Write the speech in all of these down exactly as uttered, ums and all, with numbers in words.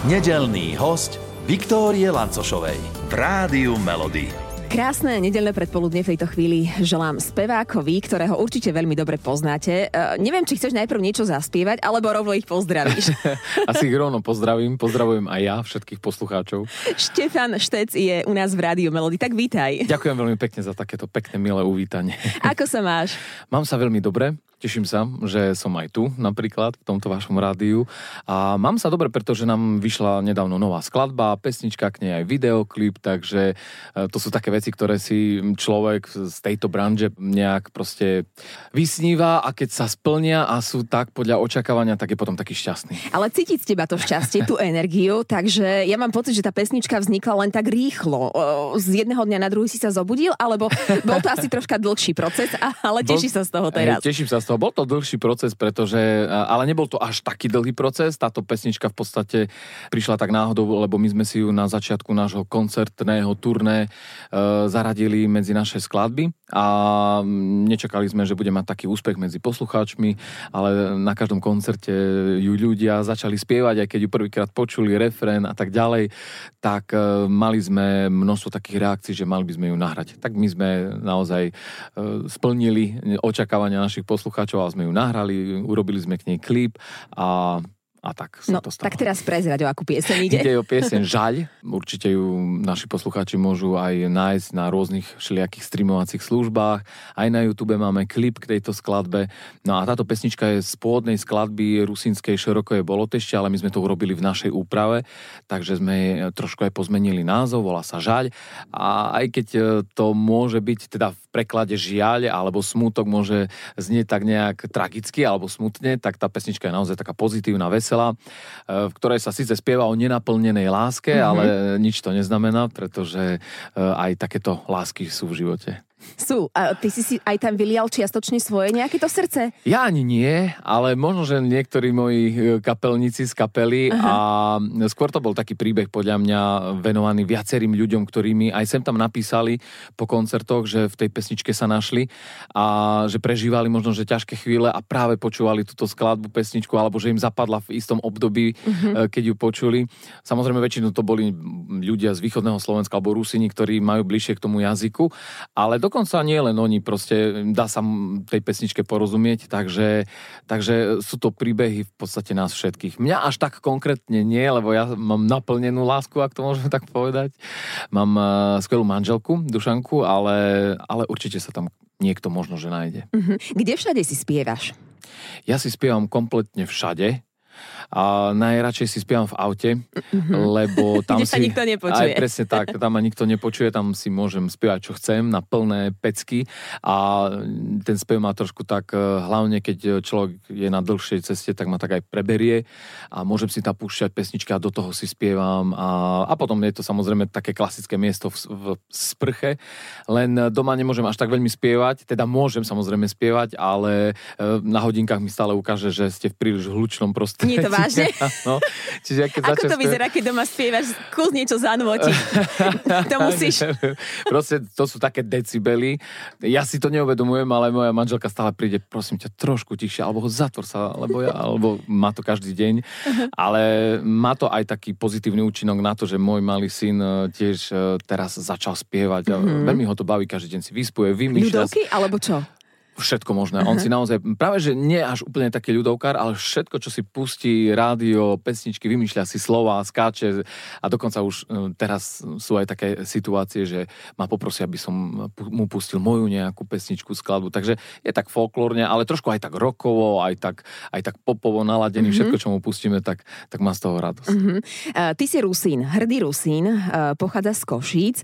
Nedeľný host Viktórie Lancošovej v Rádiu Melody. Krásne nedeľné predpoludne v tejto chvíli želám spevákovi, ktorého určite veľmi dobre poznáte. Uh, neviem, či chceš najprv niečo zaspievať, alebo rovno ich pozdravíš. Asi ich rovno pozdravím, pozdravujem aj ja všetkých poslucháčov. Štefan Štec je u nás v Rádiu Melody, tak vítaj. Ďakujem veľmi pekne za takéto pekné, milé uvítanie. Ako sa máš? Mám sa veľmi dobre. Teším sa, že som aj tu napríklad v tomto vašom rádiu a mám sa dobre, pretože nám vyšla nedávno nová skladba, pesnička, k nej aj videoklip, takže to sú také veci, ktoré si človek z tejto branže nejak proste vysníva a keď sa splnia a sú tak podľa očakávania, tak je potom taký šťastný. Ale cítiť z teba to šťastie, tú energiu, takže ja mám pocit, že tá pesnička vznikla len tak rýchlo. Z jedného dňa na druhý si sa zobudil, alebo bol to asi troška dlhší proces, ale teší sa z toho teraz. Teším sa z toho. Bol to dlhší proces, pretože, ale nebol to až taký dlhý proces. Táto pesnička v podstate prišla tak náhodou, lebo my sme si ju na začiatku nášho koncertného turné e, zaradili medzi naše skladby a nečakali sme, že bude mať taký úspech medzi poslucháčmi, ale na každom koncerte ju ľudia začali spievať, aj keď ju prvýkrát počuli refrén a tak ďalej, tak e, mali sme množstvo takých reakcií, že mali by sme ju nahrať. Tak my sme naozaj e, splnili očakávania našich poslucháčov a sme ju nahrali, urobili sme k nej klip a, a tak sa no, to stalo. Tak teraz prezrať, o akú pieseň ide. Ide o pieseň Žaľ. Určite ju naši poslucháči môžu aj nájsť na rôznych všelijakých streamovacích službách. Aj na YouTube máme klip k tejto skladbe. No a táto pesnička je z pôvodnej skladby rusínskej Širokое Bolotešte, ale my sme to urobili v našej úprave, takže sme trošku aj pozmenili názov, volá sa Žaľ. A aj keď to môže byť teda v preklade žiaľ alebo smútok môže znieť tak nejak tragicky alebo smutne, tak tá pesnička je naozaj taká pozitívna, veselá, v ktorej sa síce spieva o nenaplnenej láske, mm-hmm. ale nič to neznamená, pretože aj takéto lásky sú v živote. Sú. A ty si si aj tam vylial čiastočne svoje nejaké to srdce? Ja ani nie, ale možno, že niektorí moji kapelníci z kapely. Aha. A skôr to bol taký príbeh podľa mňa venovaný viacerým ľuďom, ktorí mi aj sem tam napísali po koncertoch, že v tej pesničke sa našli a že prežívali možno, že ťažké chvíle a práve počúvali túto skladbu, pesničku, alebo že im zapadla v istom období, uh-huh. keď ju počuli. Samozrejme väčšinou to boli ľudia z východného Slovenska alebo Rusíni, ktorí majú bližšie k tomu jazyku, ale do Dokonca nie len oni, proste dá sa tej pesničke porozumieť, takže, takže sú to príbehy v podstate nás všetkých. Mňa až tak konkrétne nie, lebo ja mám naplnenú lásku, ak to môžeme tak povedať. Mám uh, skvelú manželku, Dušanku, ale, ale určite sa tam niekto možno, že nájde. Uh-huh. Kde všade si spievaš? Ja si spievam kompletne všade. A najradšej si spievam v aute, mm-hmm. lebo tam kde si... sa nikto nepočuje. Aj presne tak, tam ma nikto nepočuje, tam si môžem spievať, čo chcem, na plné pecky a ten spev má trošku tak, hlavne keď človek je na dlhšej ceste, tak ma tak aj preberie a môžem si tam púšťať pesničky a do toho si spievam a, a potom je to samozrejme také klasické miesto v, v sprche, len doma nemôžem až tak veľmi spievať, teda môžem samozrejme spievať, ale na hodinkách mi stále ukáže, že ste v príliš hlučnom prostredí. Nie je to vážne? No, čiže keď ako to vyzerá, keď doma spievaš, skús niečo zanútiť. To musíš. Proste to sú také decibely. Ja si to neuvedomujem, ale moja manželka stále príde, prosím ťa, trošku tichšie, alebo ho zatvor sa, alebo ja, alebo má to každý deň. Uh-huh. Ale má to aj taký pozitívny účinok na to, že môj malý syn tiež teraz začal spievať. Uh-huh. Veľmi ho to baví, každý deň si vyspuje, vymýšľa. Ľudovky, alebo čo? Všetko možné. Uh-huh. On si naozaj, práve že nie až úplne taký ľudovkár, ale všetko, čo si pustí, rádio, pesničky, vymýšľa si slova, skáče a dokonca už teraz sú aj také situácie, že ma poprosia, aby som mu pustil moju nejakú pesničku, skladbu. Takže je tak folklórne, ale trošku aj tak rockovo, aj tak, aj tak popovo naladený. Uh-huh. Všetko, čo mu pustíme, tak, tak má z toho radosť. Uh-huh. Uh, ty si Rusín, hrdý Rusín, uh, pochádza z Košíc.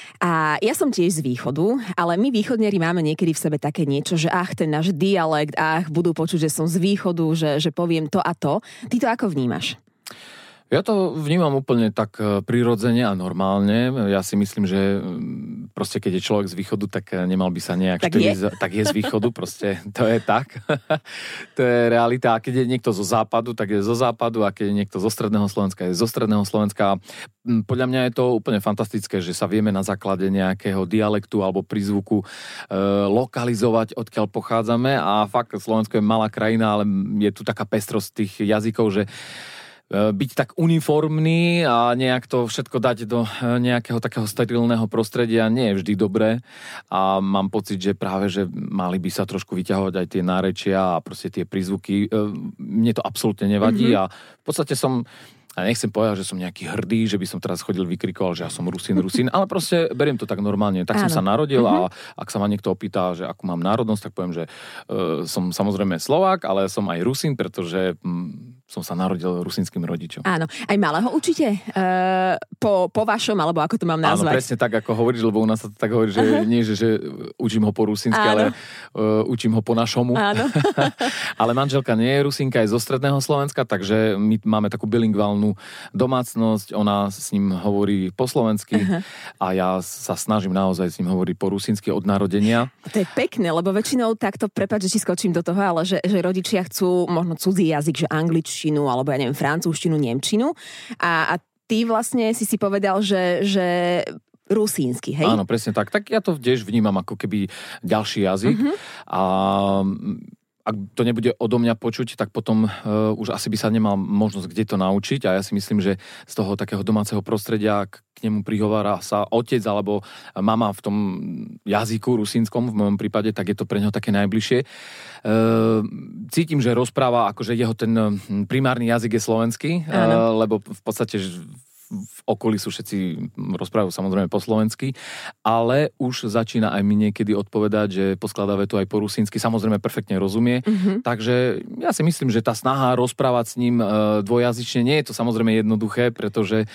A ja som tiež z východu, ale my východniari máme niekedy v sebe také niečo, že ach, ten náš dialekt, ach, budú počuť, že som z východu, že, že poviem to a to. Ty to ako vnímaš? Ja to vnímam úplne tak prirodzene a normálne. Ja si myslím, že proste keď je človek z východu, tak nemal by sa nejak... Tak štyri, je? Tak je z východu, proste to je tak. To je realita. A keď je niekto zo západu, tak je zo západu. A keď je niekto zo stredného Slovenska, je zo stredného Slovenska. Podľa mňa je to úplne fantastické, že sa vieme na základe nejakého dialektu alebo prízvuku e, lokalizovať, odkiaľ pochádzame. A fakt, Slovensko je malá krajina, ale je tu taká pestrosť tých jazykov, že byť tak uniformný a nejak to všetko dať do nejakého takého sterilného prostredia nie je vždy dobré a mám pocit, že práve, že mali by sa trošku vyťahovať aj tie nárečia a proste tie prízvuky. Mne to absolútne nevadí mm-hmm. a v podstate som a nechcem povedať, že som nejaký hrdý, že by som teraz chodil vykrikoval, že ja som Rusín, Rusín, ale proste beriem to tak normálne. Tak Áno. som sa narodil uh-huh. a ak sa ma niekto opýta, že akú mám národnosť, tak poviem, že uh, som samozrejme Slovák, ale som aj Rusín, pretože um, som sa narodil rusínskym rodičom. Áno. Aj malého určite? Uh, po, po vašom, alebo ako to mám nazvať? Áno, presne tak, ako hovoríš, lebo u nás sa to tak hovorí, že uh-huh. nie, že, že učím ho po rusínsky, ale uh, učím ho po našomu. Áno. Ale manželka nie je Rusínka, je zo stredného Slovenska, takže my máme takú bilingválnu domácnosť, ona s ním hovorí po slovensky uh-huh. a ja sa snažím naozaj s ním hovoriť po rusínsky od narodenia. To je pekné, lebo väčšinou takto, prepáč, že ti skočím do toho, ale že, že rodičia chcú možno cudzí jazyk, že angličtinu, alebo ja neviem, francúzštinu, nemčinu a, a ty vlastne si si povedal, že, že rusínsky, hej? Áno, presne tak. Tak ja to tiež vnímam ako keby ďalší jazyk uh-huh. a ak to nebude odo mňa počuť, tak potom uh, už asi by sa nemal možnosť kde to naučiť a ja si myslím, že z toho takého domáceho prostredia k, k nemu prihovára sa otec alebo mama v tom jazyku rusínskom, v mojom prípade, tak je to pre neho také najbližšie. Uh, cítim, že rozpráva, akože jeho ten primárny jazyk je slovenský, uh, lebo v podstate v okolí sú všetci rozprávajú samozrejme po slovensky, ale už začína aj mi niekedy odpovedať, že poskladá vetu aj po rusínsky, samozrejme perfektne rozumie, mm-hmm. takže ja si myslím, že tá snaha rozprávať s ním e, dvojazyčne, nie je to samozrejme jednoduché, pretože e,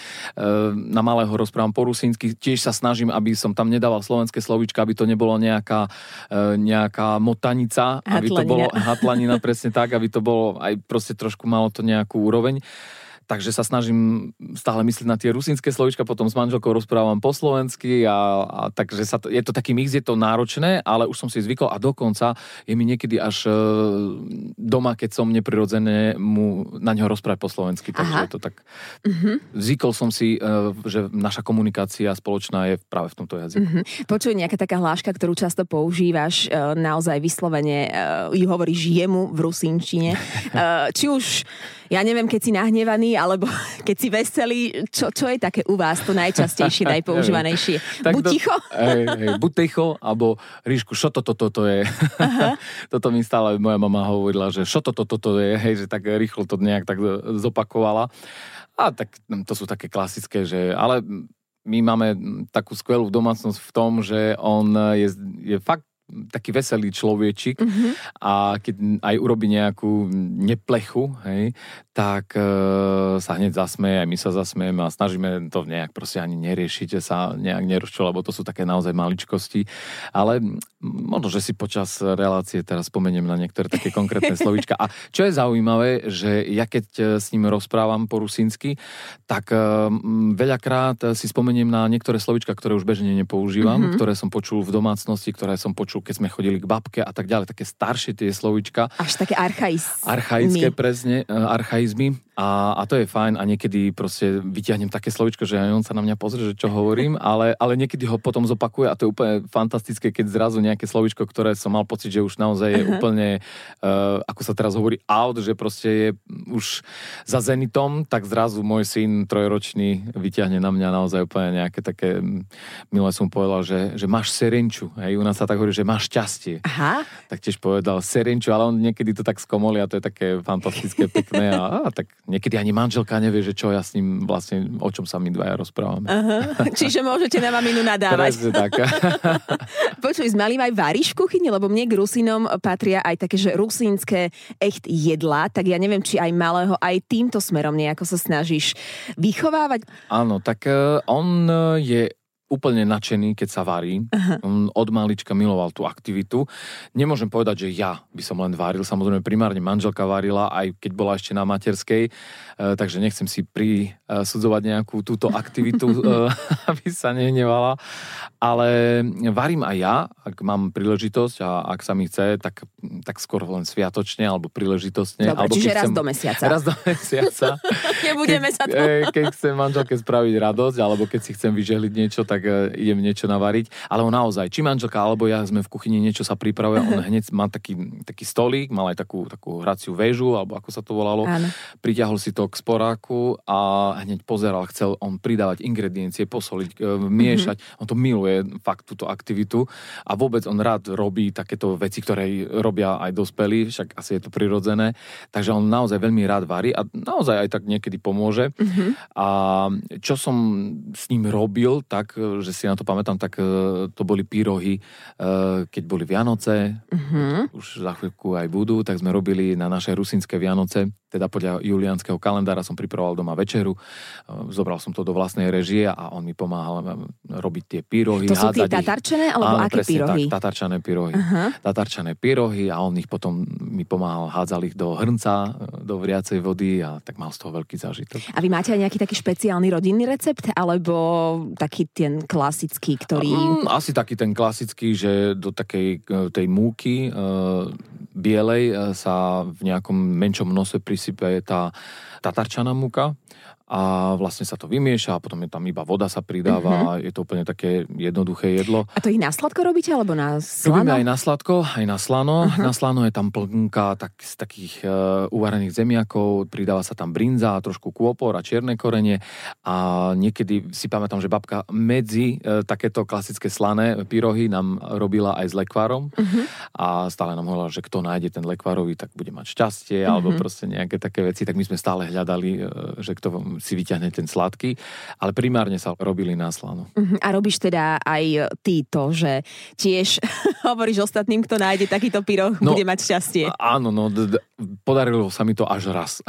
na malého rozprávam po rusínsky, tiež sa snažím, aby som tam nedával slovenské slovíčka, aby to nebolo nejaká, e, nejaká motanica, hatlanina. aby to bolo hatlanina, presne tak, aby to bolo aj proste trošku malo to nejakú úroveň. Takže sa snažím stále myslieť na tie rusínske slovíčka, potom s manželkou rozprávam po slovensky a, a takže sa to, je to taký mix, je to náročné, ale už som si zvykol a dokonca je mi niekedy až e, doma, keď som neprirodzené mu na neho rozprávať po slovensky, takže Aha. je to tak. Mm-hmm. Zvykol som si, e, že naša komunikácia spoločná je práve v tomto jazyku. Mm-hmm. Počuj, nejaká taká hláška, ktorú často používaš, e, naozaj vyslovene e, ju hovoríš jemu v rusínčine. E, či už ja neviem, keď si nahnevaný, alebo keď si veselý, čo, čo je také u vás to najčastejšie, najpoužívanejšie? Buď to, ticho? Hej, hej, buď ticho, alebo Ríšku, čo toto to, to je? Toto mi stále moja mama hovorila, že čo toto to, to je, hej, že tak rýchlo to nejak tak zopakovala. A tak to sú také klasické, že ale my máme takú skvelú domácnosť v tom, že on je, je fakt taký veselý človečik mm-hmm. a keď aj urobí nejakú neplechu, hej, tak e, sa hneď zasmeje, aj my sa zasmejeme a snažíme to nejak proste ani neriešiť, sa nejak nerozčuť, lebo to sú také naozaj maličkosti. Ale možno, že si počas relácie teraz spomeniem na niektoré také konkrétne slovíčka. A čo je zaujímavé, že ja keď s ním rozprávam po rusínsky, tak e, veľakrát si spomeniem na niektoré slovíčka, ktoré už bežne nepoužívam, mm-hmm. ktoré som počul v domácnosti, ktoré som počul, keď sme chodili k babke a tak ďalej, také staršie tie slovíčka. Až také archaické. Archaické, presne, archaizmy. A, a to je fajn a niekedy proste vyťahnem také slovíčko, že aj on sa na mňa pozrie, že čo hovorím, ale, ale niekedy ho potom zopakuje a to je úplne fantastické, keď zrazu nejaké slovíčko, ktoré som mal pocit, že už naozaj je uh-huh. úplne, uh, ako sa teraz hovorí, out, že proste je už za zenitom, tak zrazu môj syn trojročný vyťahne na mňa naozaj úplne nejaké také, milé som povedal, že, že máš serenču, hej, u nás sa tak hovorí, že máš šťastie. Aha. Tak tiež povedal serenču, ale on niekedy to tak skomolí a to je také fantastické, pekné a, a tak niekedy ani manželka nevie, že čo ja s ním vlastne, o čom sa my dvaja rozprávame. Uh-huh. Čiže môžete na maminu nadávať. Presne tak. Počuj, s malým aj varíš v kuchyni, lebo mne k Rusínom patria aj také, že rusínske echt jedlá, tak ja neviem, či aj malého aj týmto smerom nejako sa snažíš vychovávať. Áno, tak on je úplne nadšený, keď sa varí. Uh-huh. On od malička miloval tú aktivitu. Nemôžem povedať, že ja by som len varil. Samozrejme, primárne manželka varila, aj keď bola ešte na materskej. E, takže nechcem si prisudzovať nejakú túto aktivitu, e, aby sa nehnevala. Ale varím aj ja, ak mám príležitosť a ak sa mi chce, tak, tak skôr len sviatočne alebo príležitostne. Dobre, alebo čiže raz chcem, do mesiaca. Raz do mesiaca. Nebudeme keď, sa to... Keď chcem manželke spraviť radosť, alebo keď si chcem vyžehliť niečo, tak tak idem niečo navariť. Ale on naozaj, či manželka alebo ja sme v kuchyni, niečo sa pripravuje, on hneď má taký, taký stolík, mal aj takú, takú hraciu väžu, alebo ako sa to volalo. Áno. Priťahol si to k sporáku a hneď pozeral, chcel on pridávať ingrediencie, posoliť, miešať. Mm-hmm. On to miluje, fakt, túto aktivitu. A vôbec on rád robí takéto veci, ktoré robia aj dospelí, však asi je to prirodzené. Takže on naozaj veľmi rád varí a naozaj aj tak niekedy pomôže. Mm-hmm. A čo som s ním robil, tak, že si na to pamätám, tak to boli pyrohy, keď boli Vianoce, mm-hmm. už za chvíľku aj budú, tak sme robili na naše rusínske Vianoce, teda podľa juliánskeho kalendára som pripravoval doma večeru, zobral som to do vlastnej režie a on mi pomáhal robiť tie pyrohy. To sú tie tatarčané, alebo áno, aké pyrohy? Tak, tatarčané pyrohy. Uh-huh. Tatarčané pyrohy a on ich potom mi pomáhal, hádzal ich do hrnca, do vriacej vody a tak mal z toho veľký zážitok. A vy máte aj nejaký taký špeciálny rodinný recept, alebo taký ten klasický, ktorý... Asi taký ten klasický, že do takej tej múky bielej sa v nejakom menšom množstve prisype tá tatarčaná múka a vlastne sa to vymieša a potom je tam iba voda sa pridáva, uh-huh. je to úplne také jednoduché jedlo. A to ich na sladko robíte, alebo na slano? Robíme aj na sladko, aj na slano. Uh-huh. Na slano je tam plnka tak, z takých uh, uvarených zemiakov, pridáva sa tam brinza, trošku kôpor a čierne korenie a niekedy si pamätám, že babka medzi uh, takéto klasické slané pyrohy nám robila aj s lekvárom uh-huh. a stále nám hovorila, že kto nájde ten lekvárový, tak bude mať šťastie uh-huh. alebo proste nejaké také veci, tak my sme stále hľadali, uh, že kto si vyťahne ten sladký, ale primárne sa robili na slano. Uh-huh. A robíš teda aj ty to, že tiež hovoríš ostatným, kto nájde takýto pyroh, no, bude mať šťastie. Áno, no d- d- podarilo sa mi to až raz.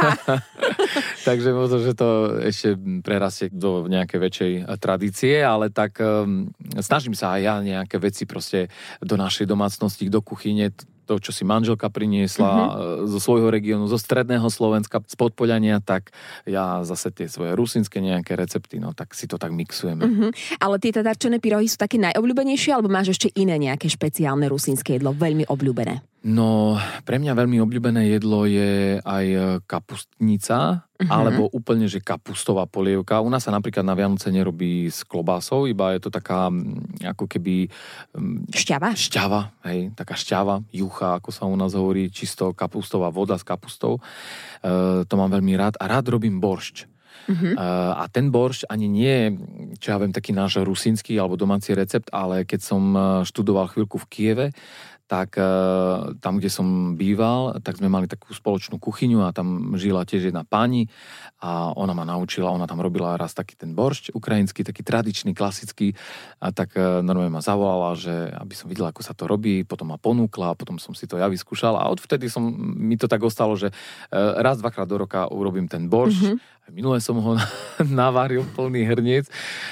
Takže možno, že to ešte prerastie do nejakej väčšej tradície, ale tak um, snažím sa aj ja nejaké veci proste do našej domácnosti, do kuchyne, to, čo si manželka priniesla uh-huh. zo svojho regiónu, zo stredného Slovenska, z Podpoľania, tak ja zase tie svoje rusínske nejaké recepty, no tak si to tak mixujeme. Uh-huh. Ale tie tatarčené pyrohy sú také najobľúbenejšie, alebo máš ešte iné nejaké špeciálne rusínske jedlo, veľmi obľúbené? No, pre mňa veľmi obľúbené jedlo je aj kapustnica, uh-huh. alebo úplne, že kapustová polievka. U nás sa napríklad na Vianoce nerobí s klobásou, iba je to taká ako keby... Šťava? Šťava, hej, taká šťava, jucha, ako sa u nás hovorí, čisto kapustová voda s kapustou. E, to mám veľmi rád. A rád robím boršč. Uh-huh. A ten boršč ani nie, čo ja viem, taký náš rusínsky alebo domáci recept, ale keď som študoval chvíľku v Kieve, tak tam, kde som býval, tak sme mali takú spoločnú kuchyňu a tam žila tiež jedna pani a ona ma naučila, ona tam robila raz taký ten boršč ukrajinský, taký tradičný, klasický a tak normálne ma zavolala, že aby som videla, ako sa to robí, potom ma ponúkla a potom som si to ja vyskúšal a odvtedy som, mi to tak ostalo, že raz, dvakrát do roka urobím ten boršč. Mm-hmm. Minule som ho navaril plný hrniec.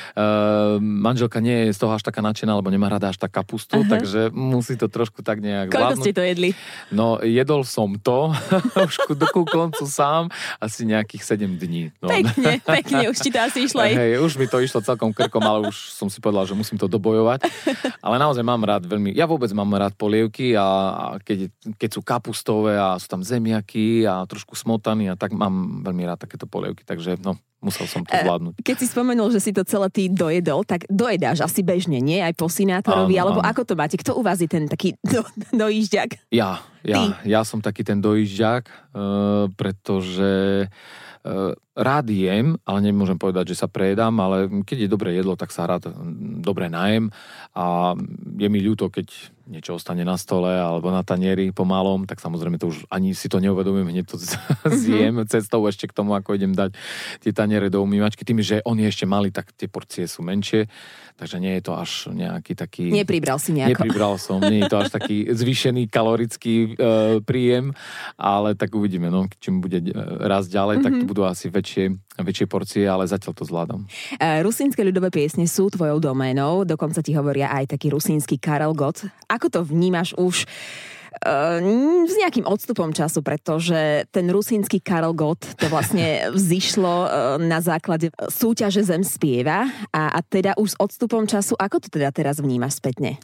Uh, manželka nie je z toho až taká nadšená, lebo nemá rada až tak kapustu, uh-huh. takže musí to trošku tak nejak Koľko zvládnuť. ste to jedli? No, jedol som to už ku koncu sám asi nejakých sedem dní. No. Pekne, pekne, už ti to asi išlo aj. Hej, už mi to išlo celkom krkom, ale už som si povedal, že musím to dobojovať. Ale naozaj mám rád veľmi, ja vôbec mám rád polievky a, a keď, keď sú kapustové a sú tam zemiaky a trošku smotaný a tak mám veľmi rád takéto polievky. Takže no, musel som to zvládnuť. Keď si spomenul, že si to celé ty dojedol, tak dojedáš asi bežne, nie? Aj po synátorovi, áno, alebo áno. Ako to máte? Kto u vás je ten taký do, dojížďak? Ja, ja, ja som taký ten dojížďak, uh, pretože uh, rád jem, ale nemôžem povedať, že sa prejedám, ale keď je dobré jedlo, tak sa rád dobre najem a je mi ľúto, keď niečo ostane na stole alebo na tanieri pomalom, tak samozrejme to už ani si to neuvedomujem, hneď to zjem mm-hmm. cestou ešte k tomu, ako idem dať tie taniere do umývačky. Tým, že on je ešte malý, tak tie porcie sú menšie, takže nie je to až nejaký taký... Nepribral si nejako. Nepribral som, nie je to až taký zvýšený kalorický e, príjem, ale tak uvidíme, no, čím bude raz ďalej, mm-hmm. tak to budú asi väčšie, väčšie porcie, ale zatiaľ to zvládam. E, rusínske ľudové piesne sú tvojou doménou, dokonca ti hovoria aj taký rusínsky Karel Gott. Ako to vnímaš už uh, s nejakým odstupom času, pretože ten rusínsky Karel Gott to vlastne vzýšlo uh, na základe súťaže Zem spieva a, a teda už s odstupom času, ako to teda teraz vnímaš spätne?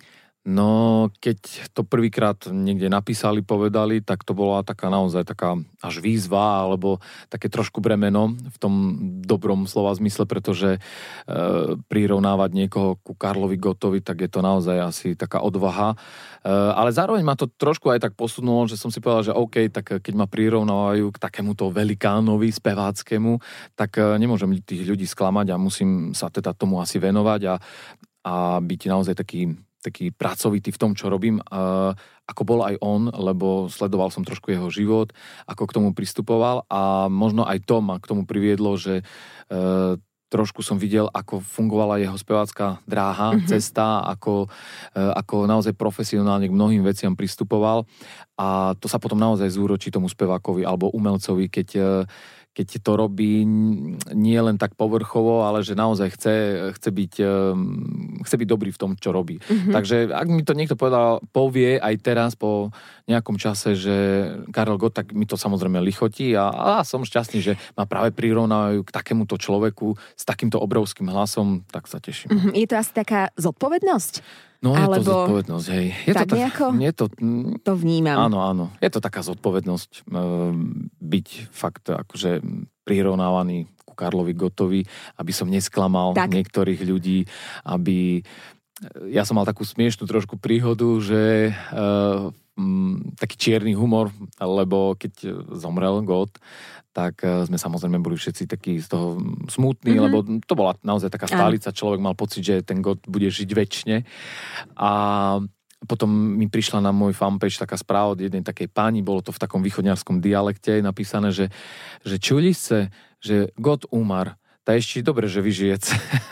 No, keď to prvýkrát niekde napísali, povedali, tak to bola taká naozaj taká až výzva, alebo také trošku bremeno v tom dobrom slova zmysle, pretože e, prirovnávať niekoho ku Karlovi Gottovi, tak je to naozaj asi taká odvaha. E, ale zároveň ma to trošku aj tak posunulo, že som si povedal, že OK, tak keď ma prirovnávajú k takémuto velikánovi speváckému, tak e, nemôžem tých ľudí sklamať a musím sa teda tomu asi venovať a, a byť naozaj taký taký pracovitý v tom, čo robím, uh, ako bol aj on, lebo sledoval som trošku jeho život, ako k tomu pristupoval a možno aj to ma k tomu priviedlo, že uh, trošku som videl, ako fungovala jeho spevácka dráha, mm-hmm. cesta, ako, uh, ako naozaj profesionálne k mnohým veciam pristupoval a to sa potom naozaj zúročí tomu spevákovi alebo umelcovi, keď uh, keď to robí nie len tak povrchovo, ale že naozaj chce, chce, byť, chce byť dobrý v tom, čo robí. Mm-hmm. Takže ak mi to niekto povedal, povie aj teraz po nejakom čase, že Karel Gott, tak mi to samozrejme lichotí a, a som šťastný, že ma práve prirovnávajú k takémuto človeku s takýmto obrovským hlasom, tak sa teším. Mm-hmm. Je to asi taká zodpovednosť? No je Alebo to zodpovednosť, hej. Je tak to tak, nejako je to, to vnímam. Áno, áno. Je to taká zodpovednosť e, byť fakt akože prirovnávaný ku Karlovi Gottovi, aby som nesklamal tak. niektorých ľudí, aby... Ja som mal takú smiešnú trošku príhodu, že e, m, taký čierny humor, lebo keď zomrel Gott, tak sme samozrejme boli všetci takí z toho smutní, mm-hmm. lebo to bola naozaj taká stálica, človek mal pocit, že ten Gott bude žiť večne. A potom mi prišla na môj fanpage taká správa od jednej takej pani, bolo to v takom východňarskom dialekte napísané, že, že čuli sa, že Gott umar, tá ešte dobre, že vyžijec.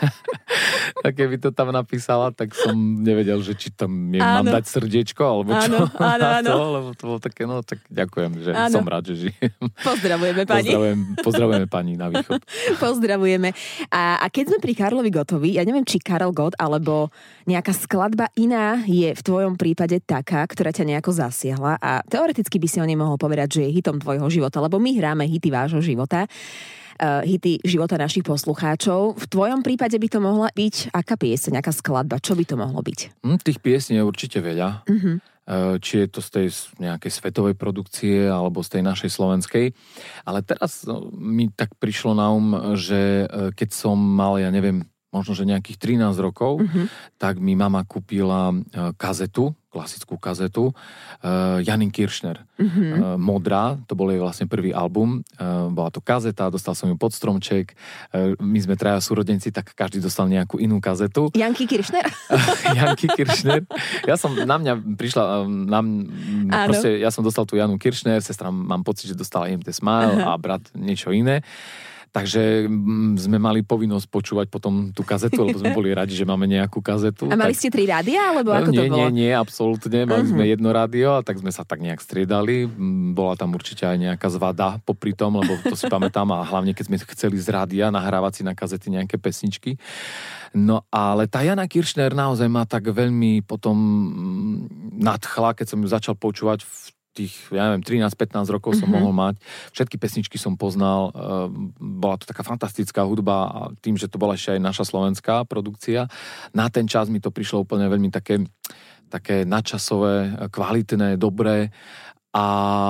A keby to tam napísala, tak som nevedel, že či tam je, mám dať srdiečko, alebo čo. Áno, áno, áno. To, lebo to bolo také, no tak ďakujem, že áno. som rád, že žijem. Pozdravujeme pani. Pozdravujem, pozdravujeme pani na východ. Pozdravujeme. A, a keď sme pri Karlovi Gottovi, ja neviem, či Karel Gott, alebo nejaká skladba iná je v tvojom prípade taká, ktorá ťa nejako zasiahla a teoreticky by si o nej mohol povedať, že je hitom tvojho života, lebo my hráme hity vášho života. Uh, hity života našich poslucháčov. V tvojom prípade by to mohla byť aká pieseň, aká skladba? Čo by to mohlo byť? Mm, tých piesní je určite veľa. Uh-huh. Uh, či je to z tej nejakej svetovej produkcie alebo z tej našej slovenskej. Ale teraz no, mi tak prišlo na um, že uh, keď som mal, ja neviem, možno, že nejakých trinásť rokov, uh-huh. tak mi mama kúpila uh, kazetu, klasickú kazetu uh, Janny Kiršner. Uh-huh. Uh, Modrá, to bol jej vlastne prvý album. Uh, bola to kazeta, dostal som ju pod stromček. Uh, my sme traja súrodenci, tak každý dostal nejakú inú kazetu. Janky Kiršner? Janky Kiršner. Ja som, na mňa prišla, na, proste, ja som dostal tú Janu Kiršner, sestra mám pocit, že dostala em té Smile uh-huh. a brat niečo iné. Takže sme mali povinnosť počúvať potom tú kazetu, lebo sme boli radi, že máme nejakú kazetu. A mali tak... ste tri rádia, alebo ako nie, to bolo? Nie, nie, absolútne. Mali uh-huh. sme jedno rádio a tak sme sa tak nejak striedali. Bola tam určite aj nejaká zvada popri tom, lebo to si pamätám a hlavne keď sme chceli z rádia nahrávať si na kazety nejaké pesničky. No ale tá Jana Kiršner naozaj ma tak veľmi potom nadchla, keď som ju začal počúvať v tých, ja neviem, trinásť pätnásť rokov som mm-hmm. mohol mať. Všetky pesničky som poznal. Bola to taká fantastická hudba a tým, že to bola ešte aj naša slovenská produkcia. Na ten čas mi to prišlo úplne veľmi také, také nadčasové, kvalitné, dobré a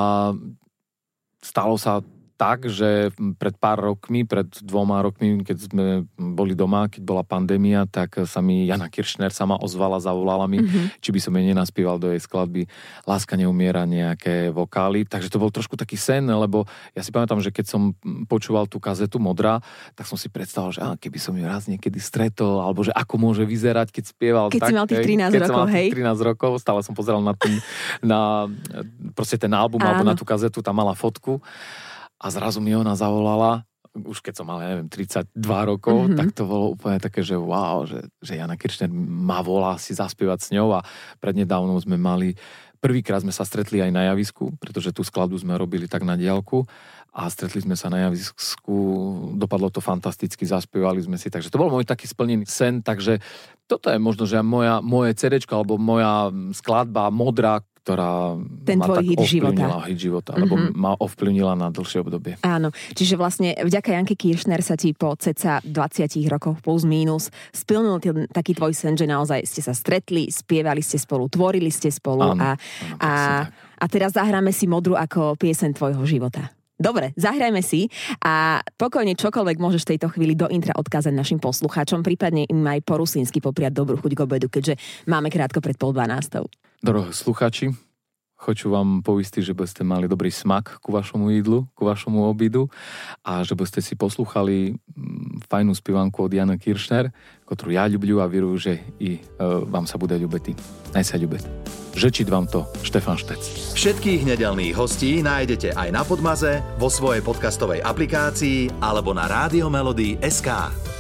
stalo sa tak, že pred pár rokmi, pred dvoma rokmi, keď sme boli doma, keď bola pandémia, tak sa mi Jana Kiršner sama ozvala, zavolala mi, mm-hmm. či by som jej nenaspieval do jej skladby Láska neumiera, nejaké vokály. Takže to bol trošku taký sen, lebo ja si pamätám, že keď som počúval tú kazetu Modrá, tak som si predstavil, že á, keby som ju raz niekedy stretol, alebo že ako môže vyzerať, keď spieval. Keď tak, si mal tých trinásť keď rokov, hej? Keď som mal trinásť rokov, stále som pozeral na, ten, na proste ten album, Áno. alebo na tú kazetu, tam mala fotku. A zrazu mi ona zavolala, už keď som mal, ja neviem, tridsaťdva rokov, mm-hmm. tak to bolo úplne také, že wow, že, že Jana Kiršner ma volá si zaspievať s ňou a prednedávnom sme mali, prvýkrát sme sa stretli aj na javisku, pretože tú skladbu sme robili tak na diaľku a stretli sme sa na javisku, dopadlo to fantasticky, zaspievali sme si, takže to bol môj taký splnený sen, takže toto je možno, že moja, moje cédéčko alebo moja skladba Modrá, ktorá Ten ma tvoj tak hit života. ovplyvnila hit života, mm-hmm. lebo ma ovplyvnila na dlhšie obdobie. Áno, čiže vlastne vďaka Janke Kiršner sa ti po cca dvadsiatich rokoch plus mínus splnil ten, taký tvoj sen, že naozaj ste sa stretli, spievali ste spolu, tvorili ste spolu áno, a, áno, a, a teraz zahráme si Modru ako pieseň tvojho života. Dobre, zahrajme si a pokojne čokoľvek môžeš v tejto chvíli do intra odkázať našim poslucháčom, prípadne im aj po rusínsky popriať dobrú chuť k obedu, keďže máme krátko pred pol dvanástou. Dorohí sluchači, хочу vám poistiť, že by ste mali dobrý smak ku vašomu jídlu, ku vašomu obidu a že by ste si poslúchali fajnú spievanku od Jana Kiršner, ktorú ja ľubľu a vierujem, že i e, vám sa bude ľúbeti. Naj sa ľúbet. Žečit vám to Štefan Štec. Všetkých nedeľných hostí nájdete aj na Podmaze, vo svojej podcastovej aplikácii alebo na rádio melody bodka es ká.